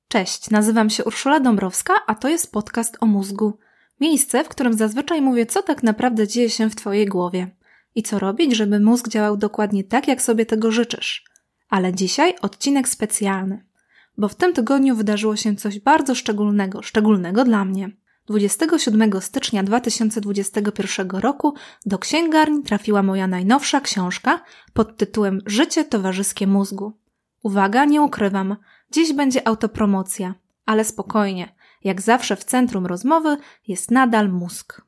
Cześć, nazywam się Urszula Dąbrowska, a to jest podcast o mózgu. Miejsce, w którym zazwyczaj mówię, co tak naprawdę dzieje się w Twojej głowie i co robić, żeby mózg działał dokładnie tak, jak sobie tego życzysz. Ale dzisiaj odcinek specjalny, bo w tym tygodniu wydarzyło się coś bardzo szczególnego dla mnie. 27 stycznia 2021 roku do księgarni trafiła moja najnowsza książka pod tytułem Życie towarzyskie mózgu. Uwaga, nie ukrywam, dziś będzie autopromocja, ale spokojnie, jak zawsze w centrum rozmowy jest nadal mózg.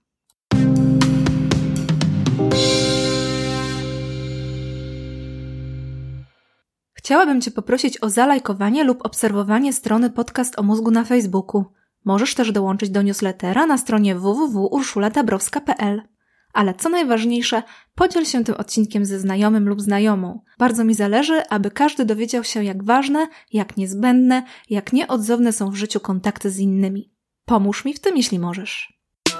Chciałabym Cię poprosić o zalajkowanie lub obserwowanie strony Podcast o mózgu na Facebooku. Możesz też dołączyć do newslettera na stronie www.urszuladabrowska.pl. Ale co najważniejsze, podziel się tym odcinkiem ze znajomym lub znajomą. Bardzo mi zależy, aby każdy dowiedział się, jak ważne, jak niezbędne, jak nieodzowne są w życiu kontakty z innymi. Pomóż mi w tym, jeśli możesz.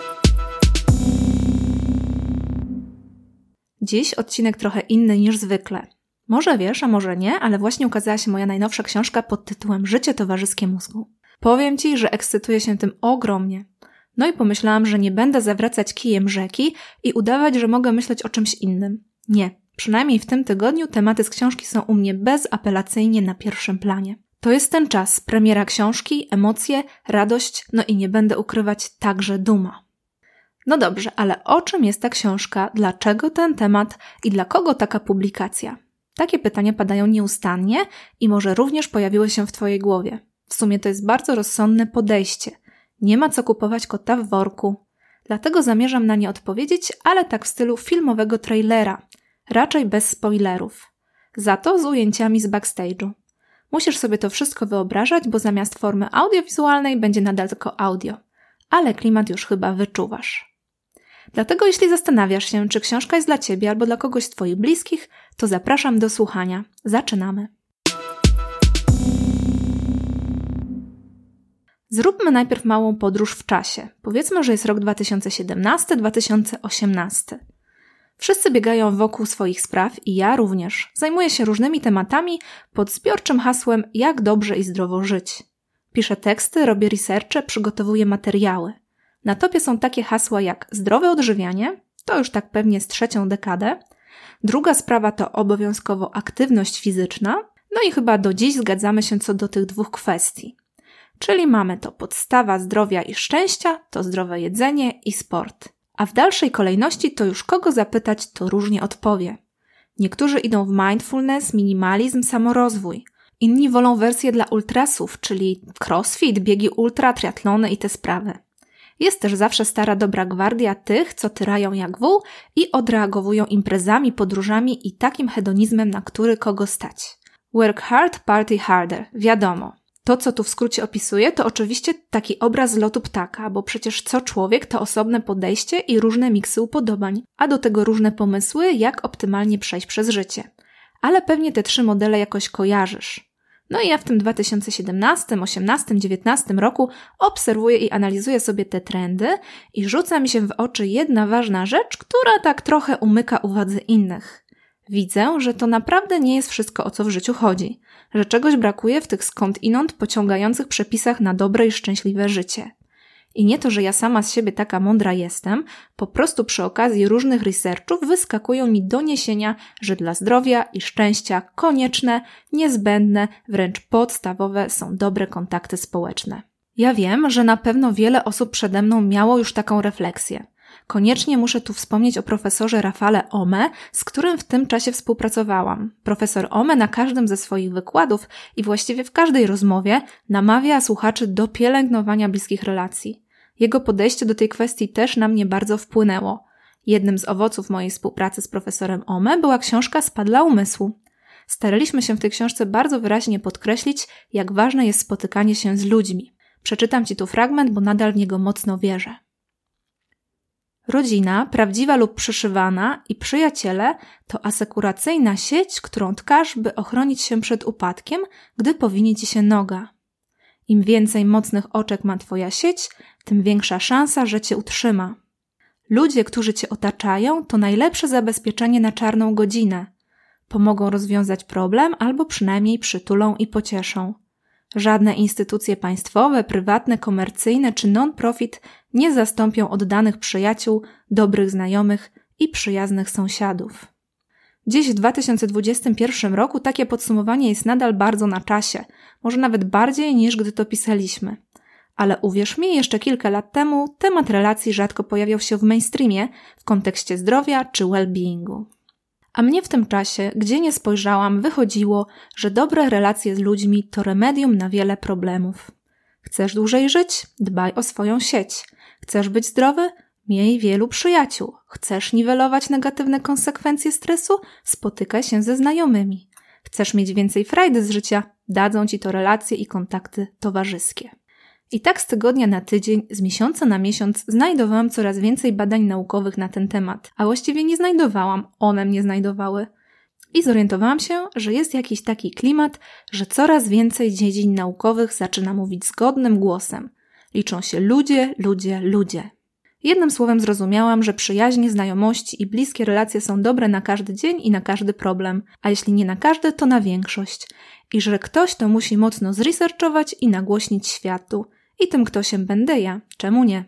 Dziś odcinek trochę inny niż zwykle. Może wiesz, a może nie, ale właśnie ukazała się moja najnowsza książka pod tytułem Życie towarzyskie mózgu. Powiem Ci, że ekscytuję się tym ogromnie. No i pomyślałam, że nie będę zawracać kijem rzeki i udawać, że mogę myśleć o czymś innym. Nie, przynajmniej w tym tygodniu tematy z książki są u mnie bezapelacyjnie na pierwszym planie. To jest ten czas, premiera książki, emocje, radość, no i nie będę ukrywać, także duma. No dobrze, ale o czym jest ta książka, dlaczego ten temat i dla kogo taka publikacja? Takie pytania padają nieustannie i może również pojawiły się w Twojej głowie. W sumie to jest bardzo rozsądne podejście. Nie ma co kupować kota w worku. Dlatego zamierzam na nie odpowiedzieć, ale tak w stylu filmowego trailera. Raczej bez spoilerów. Za to z ujęciami z backstage'u. Musisz sobie to wszystko wyobrażać, bo zamiast formy audiowizualnej będzie nadal tylko audio. Ale klimat już chyba wyczuwasz. Dlatego jeśli zastanawiasz się, czy książka jest dla Ciebie albo dla kogoś z Twoich bliskich, to zapraszam do słuchania. Zaczynamy. Zróbmy najpierw małą podróż w czasie. Powiedzmy, że jest rok 2017-2018. Wszyscy biegają wokół swoich spraw i ja również. Zajmuję się różnymi tematami pod zbiorczym hasłem jak dobrze i zdrowo żyć. Piszę teksty, robię researche, przygotowuję materiały. Na topie są takie hasła jak zdrowe odżywianie, to już tak pewnie z 3. dekadę. Druga sprawa to obowiązkowo aktywność fizyczna. No i chyba do dziś zgadzamy się co do tych dwóch kwestii. Czyli mamy to podstawa zdrowia i szczęścia, to zdrowe jedzenie i sport. A w dalszej kolejności to już kogo zapytać, to różnie odpowie. Niektórzy idą w mindfulness, minimalizm, samorozwój. Inni wolą wersję dla ultrasów, czyli crossfit, biegi ultra, triatlony i te sprawy. Jest też zawsze stara dobra gwardia tych, co tyrają jak wół i odreagowują imprezami, podróżami i takim hedonizmem, na który kogo stać. Work hard, party harder, wiadomo. To, co tu w skrócie opisuję, to oczywiście taki obraz z lotu ptaka, bo przecież co człowiek to osobne podejście i różne miksy upodobań, a do tego różne pomysły, jak optymalnie przejść przez życie. Ale pewnie te 3 modele jakoś kojarzysz. No i ja w tym 2017, 18, 19 roku obserwuję i analizuję sobie te trendy i rzuca mi się w oczy jedna ważna rzecz, która tak trochę umyka uwadze innych. Widzę, że to naprawdę nie jest wszystko, o co w życiu chodzi, że czegoś brakuje w tych skądinąd pociągających przepisach na dobre i szczęśliwe życie. I nie to, że ja sama z siebie taka mądra jestem, po prostu przy okazji różnych researchów wyskakują mi doniesienia, że dla zdrowia i szczęścia konieczne, niezbędne, wręcz podstawowe są dobre kontakty społeczne. Ja wiem, że na pewno wiele osób przede mną miało już taką refleksję. Koniecznie muszę tu wspomnieć o profesorze Rafale Ome, z którym w tym czasie współpracowałam. Profesor Ome na każdym ze swoich wykładów i właściwie w każdej rozmowie namawia słuchaczy do pielęgnowania bliskich relacji. Jego podejście do tej kwestii też na mnie bardzo wpłynęło. Jednym z owoców mojej współpracy z profesorem Ome była książka Spad dla umysłu. Staraliśmy się w tej książce bardzo wyraźnie podkreślić, jak ważne jest spotykanie się z ludźmi. Przeczytam Ci tu fragment, bo nadal w niego mocno wierzę. Rodzina, prawdziwa lub przyszywana i przyjaciele to asekuracyjna sieć, którą tkasz, by ochronić się przed upadkiem, gdy powinie Ci się noga. Im więcej mocnych oczek ma Twoja sieć, tym większa szansa, że Cię utrzyma. Ludzie, którzy Cię otaczają, to najlepsze zabezpieczenie na czarną godzinę. Pomogą rozwiązać problem albo przynajmniej przytulą i pocieszą. Żadne instytucje państwowe, prywatne, komercyjne czy non-profit nie zastąpią oddanych przyjaciół, dobrych znajomych i przyjaznych sąsiadów. Dziś w 2021 roku takie podsumowanie jest nadal bardzo na czasie, może nawet bardziej niż gdy to pisaliśmy. Ale uwierz mi, jeszcze kilka lat temu temat relacji rzadko pojawiał się w mainstreamie w kontekście zdrowia czy well-beingu. A mnie w tym czasie, gdzie nie spojrzałam, wychodziło, że dobre relacje z ludźmi to remedium na wiele problemów. Chcesz dłużej żyć? Dbaj o swoją sieć. Chcesz być zdrowy? Miej wielu przyjaciół. Chcesz niwelować negatywne konsekwencje stresu? Spotykaj się ze znajomymi. Chcesz mieć więcej frajdy z życia? Dadzą ci to relacje i kontakty towarzyskie. I tak z tygodnia na tydzień, z miesiąca na miesiąc znajdowałam coraz więcej badań naukowych na ten temat. A właściwie nie znajdowałam, one mnie znajdowały. I zorientowałam się, że jest jakiś taki klimat, że coraz więcej dziedzin naukowych zaczyna mówić zgodnym głosem. Liczą się ludzie, ludzie, ludzie. Jednym słowem zrozumiałam, że przyjaźnie, znajomości i bliskie relacje są dobre na każdy dzień i na każdy problem, a jeśli nie na każdy, to na większość. I że ktoś to musi mocno zresearchować i nagłośnić światu. I tym ktośem będę ja. Czemu nie?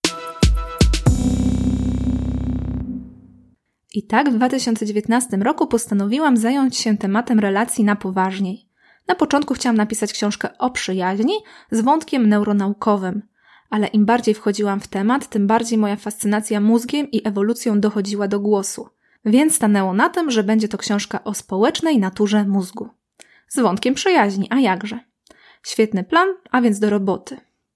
I tak w 2019 roku postanowiłam zająć się tematem relacji na poważniej. Na początku chciałam napisać książkę o przyjaźni z wątkiem neuronaukowym. Ale im bardziej wchodziłam w temat, tym bardziej moja fascynacja mózgiem i ewolucją dochodziła do głosu. Więc stanęło na tym, że będzie to książka o społecznej naturze mózgu. Z wątkiem przyjaźni, a jakże? Świetny plan, a więc do roboty.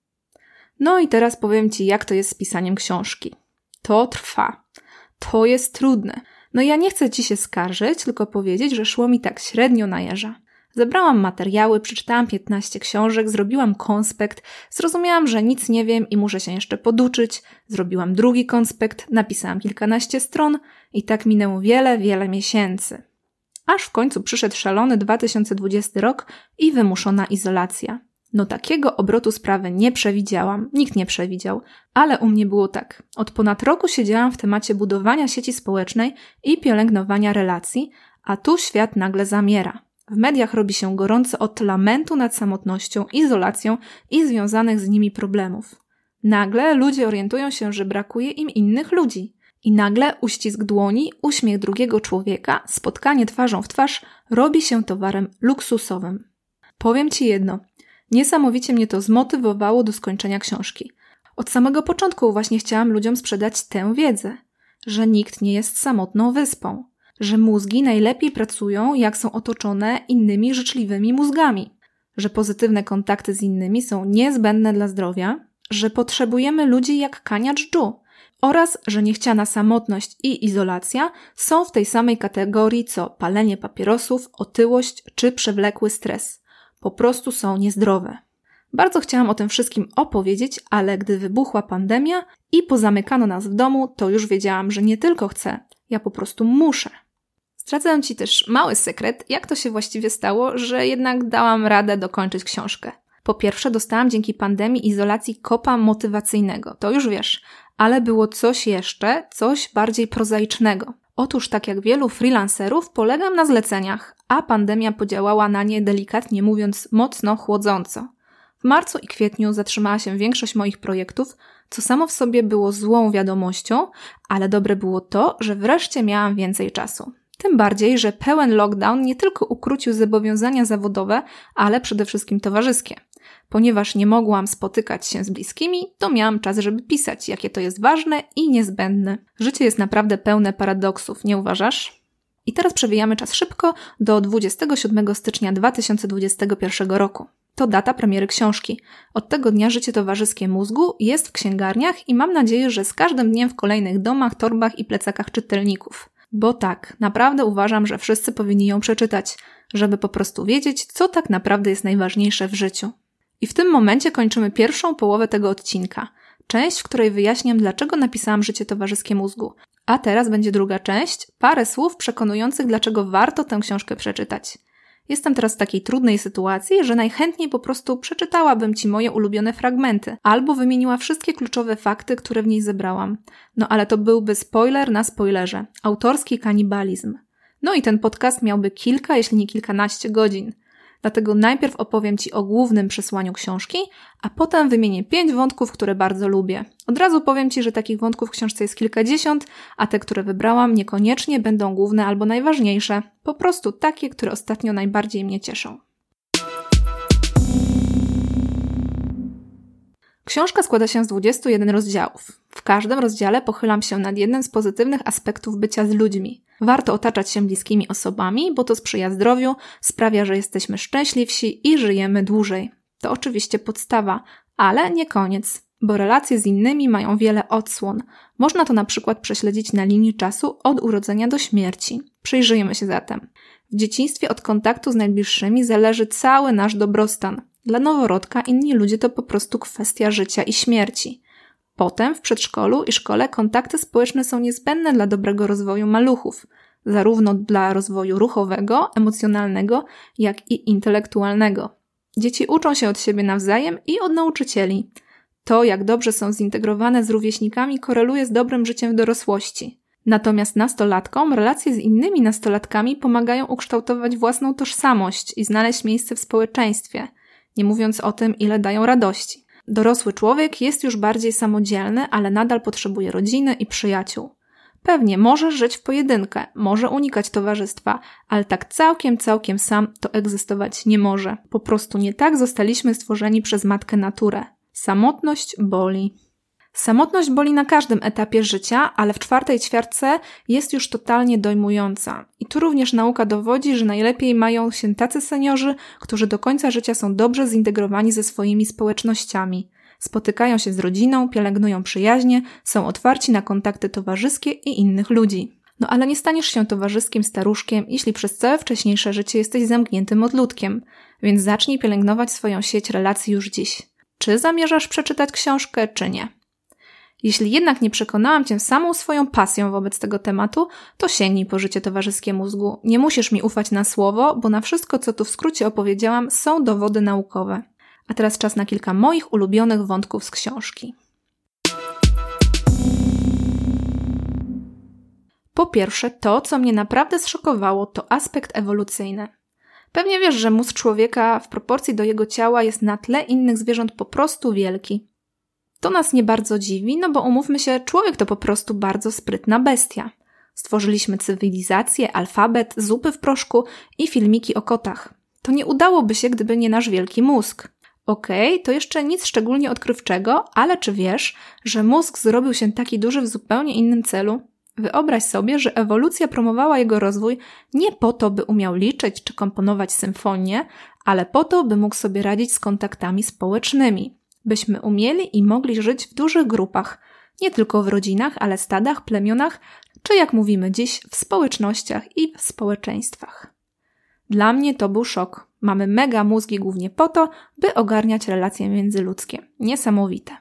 No i teraz powiem Ci, jak to jest z pisaniem książki. To trwa. To jest trudne. No ja nie chcę Ci się skarżyć, tylko powiedzieć, że szło mi tak średnio na jeża. Zebrałam materiały, przeczytałam 15 książek, zrobiłam konspekt, zrozumiałam, że nic nie wiem i muszę się jeszcze poduczyć, zrobiłam drugi konspekt, napisałam kilkanaście stron i tak minęło wiele miesięcy. Aż w końcu przyszedł szalony 2020 rok i wymuszona izolacja. No takiego obrotu sprawy nie przewidziałam, nikt nie przewidział, ale u mnie było tak. Od ponad roku siedziałam w temacie budowania sieci społecznej i pielęgnowania relacji, a tu świat nagle zamiera. W mediach robi się gorąco od lamentu nad samotnością, izolacją i związanych z nimi problemów. Nagle ludzie orientują się, że brakuje im innych ludzi. I nagle uścisk dłoni, uśmiech drugiego człowieka, spotkanie twarzą w twarz robi się towarem luksusowym. Powiem Ci jedno. Niesamowicie mnie to zmotywowało do skończenia książki. Od samego początku właśnie chciałam ludziom sprzedać tę wiedzę, że nikt nie jest samotną wyspą, że mózgi najlepiej pracują, jak są otoczone innymi życzliwymi mózgami, że pozytywne kontakty z innymi są niezbędne dla zdrowia, że potrzebujemy ludzi jak kania dżdżu oraz, że niechciana samotność i izolacja są w tej samej kategorii co palenie papierosów, otyłość czy przewlekły stres. Po prostu są niezdrowe. Bardzo chciałam o tym wszystkim opowiedzieć, ale gdy wybuchła pandemia i pozamykano nas w domu, to już wiedziałam, że nie tylko chcę, ja po prostu muszę. Zdradzę Ci też mały sekret, jak to się właściwie stało, że jednak dałam radę dokończyć książkę. Po pierwsze, dostałam dzięki pandemii izolacji kopa motywacyjnego, to już wiesz, ale było coś jeszcze, coś bardziej prozaicznego. Otóż tak jak wielu freelancerów polegam na zleceniach, a pandemia podziałała na nie delikatnie mówiąc mocno chłodząco. W marcu i kwietniu zatrzymała się większość moich projektów, co samo w sobie było złą wiadomością, ale dobre było to, że wreszcie miałam więcej czasu. Tym bardziej, że pełen lockdown nie tylko ukrócił zobowiązania zawodowe, ale przede wszystkim towarzyskie. Ponieważ nie mogłam spotykać się z bliskimi, to miałam czas, żeby pisać, jakie to jest ważne i niezbędne. Życie jest naprawdę pełne paradoksów, nie uważasz? I teraz przewijamy czas szybko do 27 stycznia 2021 roku. To data premiery książki. Od tego dnia życie towarzyskie mózgu jest w księgarniach i mam nadzieję, że z każdym dniem w kolejnych domach, torbach i plecakach czytelników. Bo tak, naprawdę uważam, że wszyscy powinni ją przeczytać, żeby po prostu wiedzieć, co tak naprawdę jest najważniejsze w życiu. I w tym momencie kończymy pierwszą połowę tego odcinka. Część, w której wyjaśniam, dlaczego napisałam Życie towarzyskie mózgu. A teraz będzie druga część, parę słów przekonujących, dlaczego warto tę książkę przeczytać. Jestem teraz w takiej trudnej sytuacji, że najchętniej po prostu przeczytałabym Ci moje ulubione fragmenty albo wymieniła wszystkie kluczowe fakty, które w niej zebrałam. No ale to byłby spoiler na spoilerze. Autorski kanibalizm. No i ten podcast miałby kilka, jeśli nie kilkanaście godzin. Dlatego najpierw opowiem Ci o głównym przesłaniu książki, a potem wymienię 5 wątków, które bardzo lubię. Od razu powiem Ci, że takich wątków w książce jest kilkadziesiąt, a te, które wybrałam, niekoniecznie będą główne albo najważniejsze. Po prostu takie, które ostatnio najbardziej mnie cieszą. Książka składa się z 21 rozdziałów. W każdym rozdziale pochylam się nad jednym z pozytywnych aspektów bycia z ludźmi. Warto otaczać się bliskimi osobami, bo to sprzyja zdrowiu, sprawia, że jesteśmy szczęśliwsi i żyjemy dłużej. To oczywiście podstawa, ale nie koniec, bo relacje z innymi mają wiele odsłon. Można to na przykład prześledzić na linii czasu od urodzenia do śmierci. Przyjrzyjmy się zatem. W dzieciństwie od kontaktu z najbliższymi zależy cały nasz dobrostan. Dla noworodka inni ludzie to po prostu kwestia życia i śmierci. Potem w przedszkolu i szkole kontakty społeczne są niezbędne dla dobrego rozwoju maluchów, zarówno dla rozwoju ruchowego, emocjonalnego, jak i intelektualnego. Dzieci uczą się od siebie nawzajem i od nauczycieli. To, jak dobrze są zintegrowane z rówieśnikami, koreluje z dobrym życiem w dorosłości. Natomiast nastolatkom relacje z innymi nastolatkami pomagają ukształtować własną tożsamość i znaleźć miejsce w społeczeństwie, nie mówiąc o tym, ile dają radości. Dorosły człowiek jest już bardziej samodzielny, ale nadal potrzebuje rodziny i przyjaciół. Pewnie może żyć w pojedynkę, może unikać towarzystwa, ale tak całkiem sam to egzystować nie może. Po prostu nie tak zostaliśmy stworzeni przez Matkę Naturę. Samotność boli. Samotność boli na każdym etapie życia, ale w 4. ćwiartce jest już totalnie dojmująca. I tu również nauka dowodzi, że najlepiej mają się tacy seniorzy, którzy do końca życia są dobrze zintegrowani ze swoimi społecznościami. Spotykają się z rodziną, pielęgnują przyjaźnie, są otwarci na kontakty towarzyskie i innych ludzi. No ale nie staniesz się towarzyskim staruszkiem, jeśli przez całe wcześniejsze życie jesteś zamkniętym odludkiem, więc zacznij pielęgnować swoją sieć relacji już dziś. Czy zamierzasz przeczytać książkę, czy nie? Jeśli jednak nie przekonałam Cię samą swoją pasją wobec tego tematu, to sięgnij po życie towarzyskie mózgu. Nie musisz mi ufać na słowo, bo na wszystko, co tu w skrócie opowiedziałam, są dowody naukowe. A teraz czas na kilka moich ulubionych wątków z książki. Po pierwsze, to, co mnie naprawdę zszokowało, to aspekt ewolucyjny. Pewnie wiesz, że mózg człowieka w proporcji do jego ciała jest na tle innych zwierząt po prostu wielki. To nas nie bardzo dziwi, no bo umówmy się, człowiek to po prostu bardzo sprytna bestia. Stworzyliśmy cywilizację, alfabet, zupy w proszku i filmiki o kotach. To nie udałoby się, gdyby nie nasz wielki mózg. Okej, to jeszcze nic szczególnie odkrywczego, ale czy wiesz, że mózg zrobił się taki duży w zupełnie innym celu? Wyobraź sobie, że ewolucja promowała jego rozwój nie po to, by umiał liczyć czy komponować symfonię, ale po to, by mógł sobie radzić z kontaktami społecznymi. Byśmy umieli i mogli żyć w dużych grupach, nie tylko w rodzinach, ale stadach, plemionach, czy jak mówimy dziś, w społecznościach i w społeczeństwach. Dla mnie to był szok. Mamy mega mózgi głównie po to, by ogarniać relacje międzyludzkie. Niesamowite.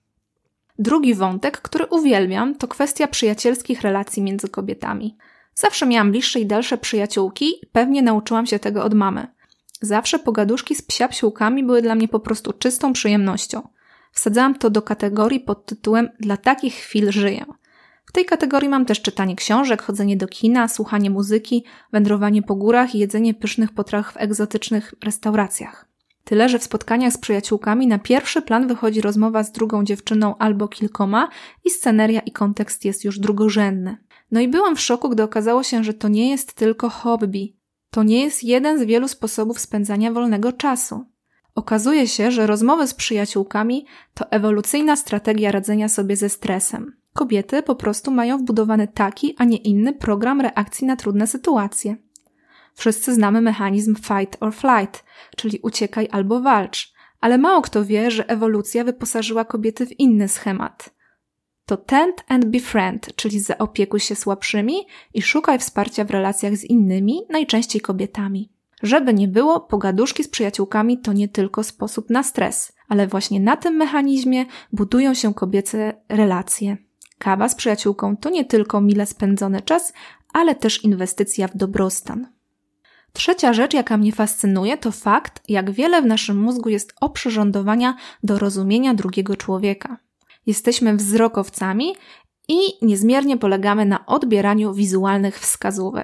Drugi wątek, który uwielbiam, to kwestia przyjacielskich relacji między kobietami. Zawsze miałam bliższe i dalsze przyjaciółki i pewnie nauczyłam się tego od mamy. Zawsze pogaduszki z psiapsiółkami były dla mnie po prostu czystą przyjemnością. Wsadzałam to do kategorii pod tytułem „Dla takich chwil żyję”. W tej kategorii mam też czytanie książek, chodzenie do kina, słuchanie muzyki, wędrowanie po górach i jedzenie pysznych potraw w egzotycznych restauracjach. Tyle, że w spotkaniach z przyjaciółkami na pierwszy plan wychodzi rozmowa z drugą dziewczyną albo kilkoma i sceneria i kontekst jest już drugorzędny. No i byłam w szoku, gdy okazało się, że to nie jest tylko hobby. To nie jest jeden z wielu sposobów spędzania wolnego czasu. Okazuje się, że rozmowy z przyjaciółkami to ewolucyjna strategia radzenia sobie ze stresem. Kobiety po prostu mają wbudowany taki, a nie inny program reakcji na trudne sytuacje. Wszyscy znamy mechanizm fight or flight, czyli uciekaj albo walcz, ale mało kto wie, że ewolucja wyposażyła kobiety w inny schemat. To tend and befriend, czyli zaopiekuj się słabszymi i szukaj wsparcia w relacjach z innymi, najczęściej kobietami. Żeby nie było, pogaduszki z przyjaciółkami to nie tylko sposób na stres, ale właśnie na tym mechanizmie budują się kobiece relacje. Kawa z przyjaciółką to nie tylko mile spędzony czas, ale też inwestycja w dobrostan. Trzecia rzecz, jaka mnie fascynuje, to fakt, jak wiele w naszym mózgu jest oprzyrządowania do rozumienia drugiego człowieka. Jesteśmy wzrokowcami i niezmiernie polegamy na odbieraniu wizualnych wskazówek.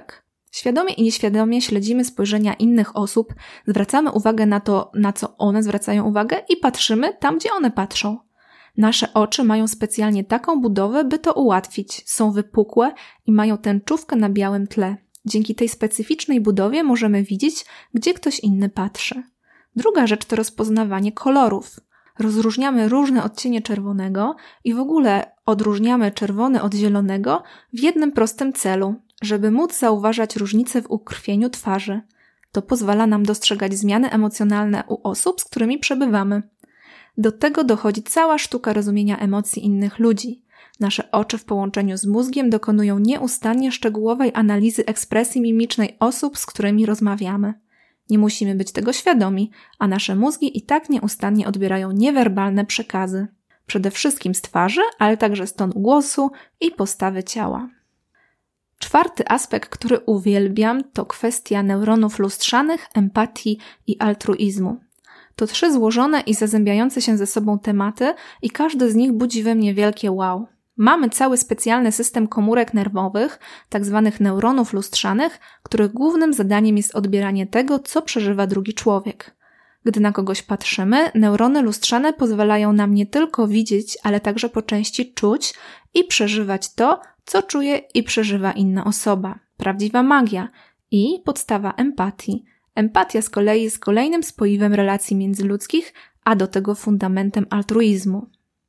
Świadomie i nieświadomie śledzimy spojrzenia innych osób, zwracamy uwagę na to, na co one zwracają uwagę i patrzymy tam, gdzie one patrzą. Nasze oczy mają specjalnie taką budowę, by to ułatwić. Są wypukłe i mają tęczówkę na białym tle. Dzięki tej specyficznej budowie możemy widzieć, gdzie ktoś inny patrzy. Druga rzecz to rozpoznawanie kolorów. Rozróżniamy różne odcienie czerwonego i w ogóle odróżniamy czerwony od zielonego w jednym prostym celu, żeby móc zauważać różnice w ukrwieniu twarzy. To pozwala nam dostrzegać zmiany emocjonalne u osób, z którymi przebywamy. Do tego dochodzi cała sztuka rozumienia emocji innych ludzi. Nasze oczy w połączeniu z mózgiem dokonują nieustannie szczegółowej analizy ekspresji mimicznej osób, z którymi rozmawiamy. Nie musimy być tego świadomi, a nasze mózgi i tak nieustannie odbierają niewerbalne przekazy. Przede wszystkim z twarzy, ale także z tonu głosu i postawy ciała. Czwarty aspekt, który uwielbiam, to kwestia neuronów lustrzanych, empatii i altruizmu. To 3 złożone i zazębiające się ze sobą tematy i każdy z nich budzi we mnie wielkie wow. Mamy cały specjalny system komórek nerwowych, tzw. neuronów lustrzanych, których głównym zadaniem jest odbieranie tego, co przeżywa drugi człowiek. Gdy na kogoś patrzymy, neurony lustrzane pozwalają nam nie tylko widzieć, ale także po części czuć i przeżywać to, co czuje i przeżywa inna osoba. Prawdziwa magia i podstawa empatii. Empatia z kolei jest kolejnym spoiwem relacji międzyludzkich, a do tego fundamentem altruizmu.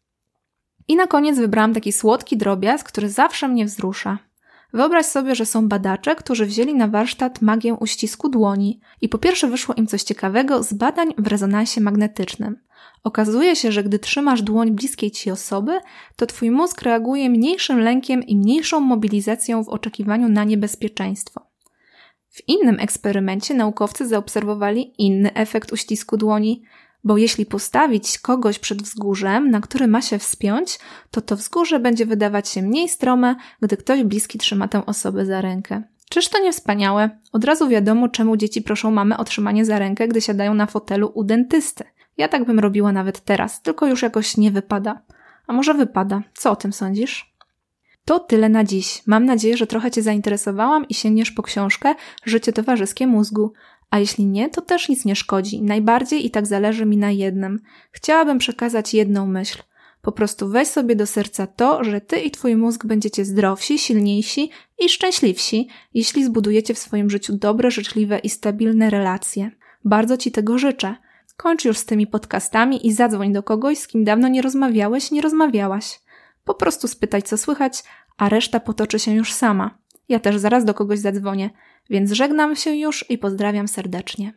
I na koniec wybrałam taki słodki drobiazg, który zawsze mnie wzrusza. Wyobraź sobie, że są badacze, którzy wzięli na warsztat magię uścisku dłoni i po pierwsze wyszło im coś ciekawego z badań w rezonansie magnetycznym. Okazuje się, że gdy trzymasz dłoń bliskiej ci osoby, to twój mózg reaguje mniejszym lękiem i mniejszą mobilizacją w oczekiwaniu na niebezpieczeństwo. W innym eksperymencie naukowcy zaobserwowali inny efekt uścisku dłoni, bo jeśli postawić kogoś przed wzgórzem, na który ma się wspiąć, to wzgórze będzie wydawać się mniej strome, gdy ktoś bliski trzyma tę osobę za rękę. Czyż to nie wspaniałe? Od razu wiadomo, czemu dzieci proszą mamę o trzymanie za rękę, gdy siadają na fotelu u dentysty. Ja tak bym robiła nawet teraz, tylko już jakoś nie wypada. A może wypada? Co o tym sądzisz? To tyle na dziś. Mam nadzieję, że trochę Cię zainteresowałam i sięgniesz po książkę Życie towarzyskie mózgu. A jeśli nie, to też nic nie szkodzi. Najbardziej i tak zależy mi na jednym. Chciałabym przekazać jedną myśl. Po prostu weź sobie do serca to, że Ty i Twój mózg będziecie zdrowsi, silniejsi i szczęśliwsi, jeśli zbudujecie w swoim życiu dobre, życzliwe i stabilne relacje. Bardzo Ci tego życzę. Kończ już z tymi podcastami i zadzwoń do kogoś, z kim dawno nie rozmawiałeś, nie rozmawiałaś. Po prostu spytaj, co słychać, a reszta potoczy się już sama. Ja też zaraz do kogoś zadzwonię, więc żegnam się już i pozdrawiam serdecznie.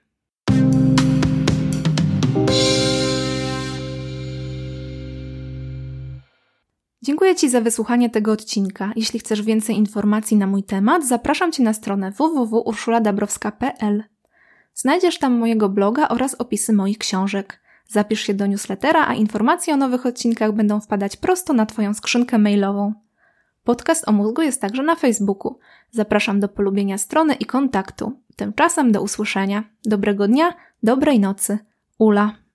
Dziękuję Ci za wysłuchanie tego odcinka. Jeśli chcesz więcej informacji na mój temat, zapraszam Cię na stronę www.urszuladabrowska.pl. Znajdziesz tam mojego bloga oraz opisy moich książek. Zapisz się do newslettera, a informacje o nowych odcinkach będą wpadać prosto na Twoją skrzynkę mailową. Podcast o mózgu jest także na Facebooku. Zapraszam do polubienia strony i kontaktu. Tymczasem do usłyszenia. Dobrego dnia, dobrej nocy. Ula.